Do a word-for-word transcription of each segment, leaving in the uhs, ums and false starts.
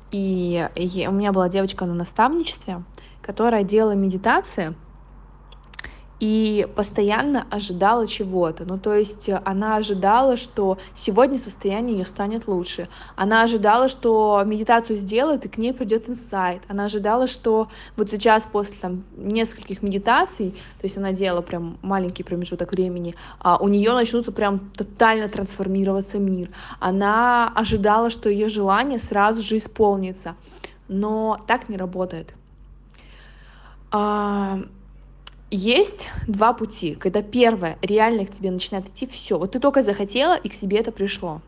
И е- у меня была девочка на наставничестве, которая делала медитации и постоянно ожидала чего-то. Ну, то есть э, она ожидала, что сегодня состояние ее станет лучше. Она ожидала, что медитацию сделает, и к ней придет инсайт. Она ожидала, что вот сейчас после там, нескольких медитаций, то есть она делала прям маленький промежуток времени, а, у нее начнутся прям тотально трансформироваться мир. Она ожидала, что ее желание сразу же исполнится. Но так не работает. А, Есть два пути, когда первое, реально к тебе начинает идти все. Вот ты только захотела, и к тебе это пришло.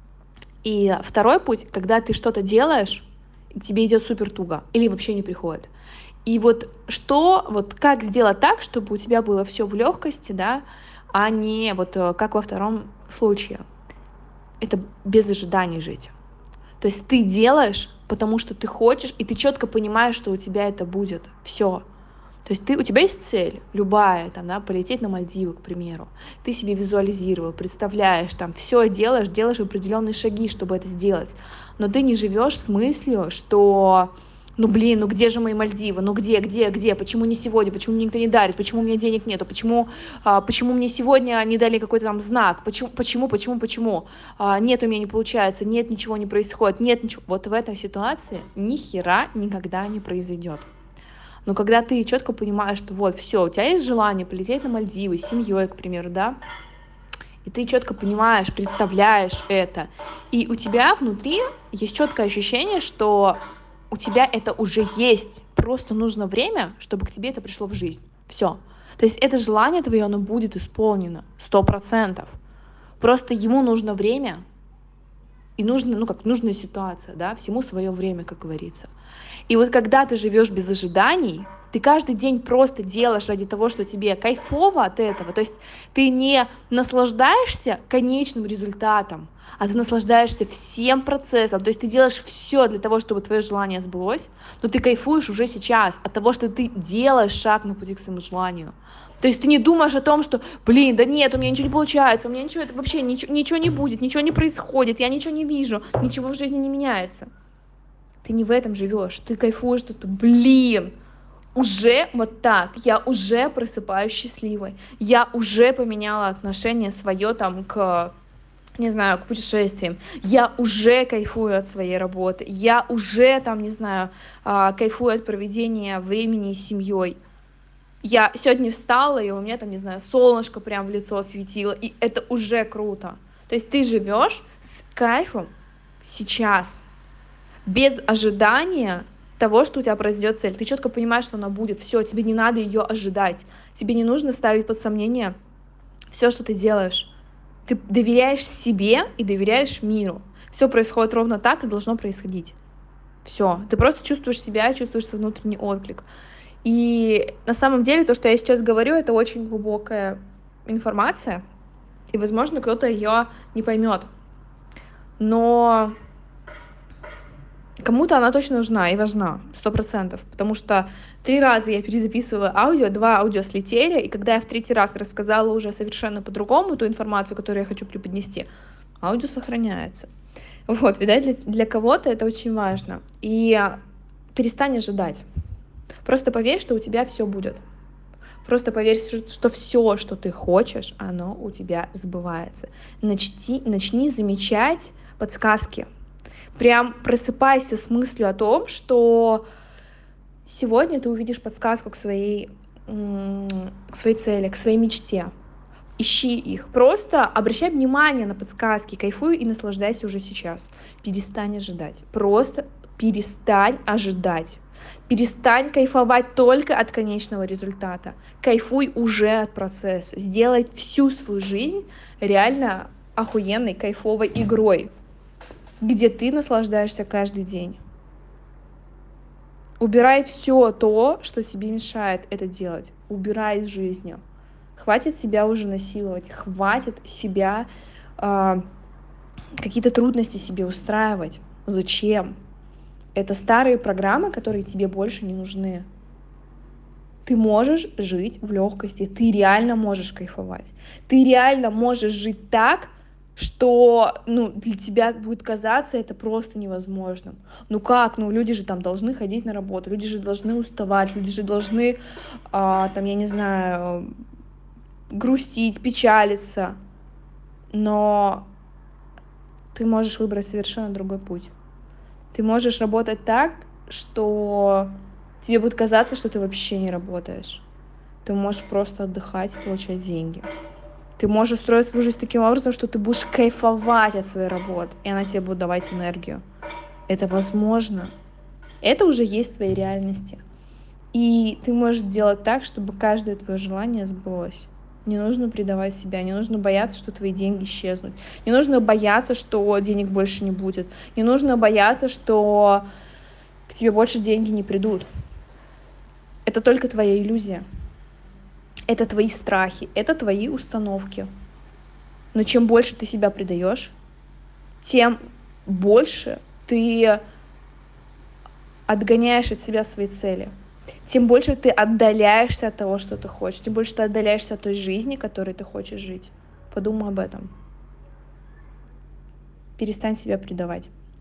И второй путь, когда ты что-то делаешь, и к тебе идет супер туго, или вообще не приходит. И вот что, вот как сделать так, чтобы у тебя было все в легкости, да, а не вот э, как во втором случае. Это без ожиданий жить. То есть ты делаешь, потому что ты хочешь, и ты четко понимаешь, что у тебя это будет. Все. То есть ты, у тебя есть цель, любая, там, да, полететь на Мальдивы, к примеру. Ты себе визуализировал, представляешь, там, все делаешь, делаешь определенные шаги, чтобы это сделать. Но ты не живешь с мыслью, что, ну, блин, ну где же мои Мальдивы? Ну где, где, где? Почему не сегодня? Почему мне никто не дарит? Почему у меня денег нету? Почему, а, почему мне сегодня не дали какой-то там знак? Почему, почему, почему, почему? А, нет, у меня не получается, нет, ничего не происходит, нет, ничего. Вот в этой ситуации ни хера никогда не произойдет. Но когда ты четко понимаешь, что вот все, у тебя есть желание полететь на Мальдивы с семьей, к примеру, да, и ты четко понимаешь, представляешь это, и у тебя внутри есть четкое ощущение, что у тебя это уже есть, просто нужно время, чтобы к тебе это пришло в жизнь. Все. То есть это желание твое, оно будет исполнено сто процентов. Просто ему нужно время, и нужно, ну как, нужная ситуация, да, всему свое время, как говорится. И вот когда ты живешь без ожиданий, ты каждый день просто делаешь ради того, что тебе кайфово от этого. То есть ты не наслаждаешься конечным результатом, а ты наслаждаешься всем процессом. То есть ты делаешь все для того, чтобы твое желание сбылось, но ты кайфуешь уже сейчас от того, что ты делаешь шаг на пути к своему желанию. То есть ты не думаешь о том, что, блин, да нет, у меня ничего не получается, у меня ничего, это вообще ничего, ничего не будет, ничего не происходит, я ничего не вижу, ничего в жизни не меняется. Ты не в этом живешь, ты кайфуешь, что ты, блин, уже вот так, я уже просыпаюсь счастливой, я уже поменяла отношение свое там к, не знаю, к путешествиям, я уже кайфую от своей работы, я уже там, не знаю, а, кайфую от проведения времени с семьей. Я сегодня встала, и у меня там, не знаю, солнышко прям в лицо светило, и это уже круто. То есть ты живешь с кайфом сейчас, без ожидания того, что у тебя произойдет цель. Ты четко понимаешь, что она будет. Все, тебе не надо ее ожидать. Тебе не нужно ставить под сомнение все, что ты делаешь. Ты доверяешь себе и доверяешь миру. Все происходит ровно так, как должно происходить. Все. Ты просто чувствуешь себя, чувствуешь свой внутренний отклик. И на самом деле то, что я сейчас говорю, это очень глубокая информация, и, возможно, кто-то ее не поймет. Но кому-то она точно нужна и важна, сто процентов, потому что три раза я перезаписывала аудио, два аудио слетели, и когда я в третий раз рассказала уже совершенно по-другому ту информацию, которую я хочу преподнести, аудио сохраняется. Вот, видать, для, для кого-то это очень важно. И перестань ожидать. Просто поверь, что у тебя все будет. Просто поверь, что все, что ты хочешь, оно у тебя сбывается. Начни, начни замечать подсказки. Прям просыпайся с мыслью о том, что сегодня ты увидишь подсказку к своей, к своей цели, к своей мечте. Ищи их. Просто обращай внимание на подсказки, кайфуй и наслаждайся уже сейчас. Перестань ожидать. Просто перестань ожидать. Перестань кайфовать только от конечного результата. Кайфуй уже от процесса. Сделай всю свою жизнь реально охуенной, кайфовой игрой, где ты наслаждаешься каждый день. Убирай все то, что тебе мешает это делать. Убирай из жизни. Хватит себя уже насиловать, хватит себя э, какие-то трудности себе устраивать. Зачем? Это старые программы, которые тебе больше не нужны. Ты можешь жить в легкости, ты реально можешь кайфовать. Ты реально можешь жить так, что, ну, для тебя будет казаться это просто невозможным. Ну как? Ну, люди же там должны ходить на работу, люди же должны уставать, люди же должны, а, там, я не знаю, грустить, печалиться. Но ты можешь выбрать совершенно другой путь. Ты можешь работать так, что тебе будет казаться, что ты вообще не работаешь. Ты можешь просто отдыхать и получать деньги. Ты можешь устроить свою жизнь таким образом, что ты будешь кайфовать от своей работы, и она тебе будет давать энергию. Это возможно. Это уже есть в твоей реальности. И ты можешь сделать так, чтобы каждое твое желание сбылось. Не нужно предавать себя, не нужно бояться, что твои деньги исчезнут. Не нужно бояться, что денег больше не будет. Не нужно бояться, что к тебе больше деньги не придут. Это только твоя иллюзия. Это твои страхи, это твои установки. Но чем больше ты себя предаешь, тем больше ты отгоняешь от себя свои цели. Тем больше ты отдаляешься от того, что ты хочешь. Тем больше ты отдаляешься от той жизни, которой ты хочешь жить. Подумай об этом. Перестань себя предавать.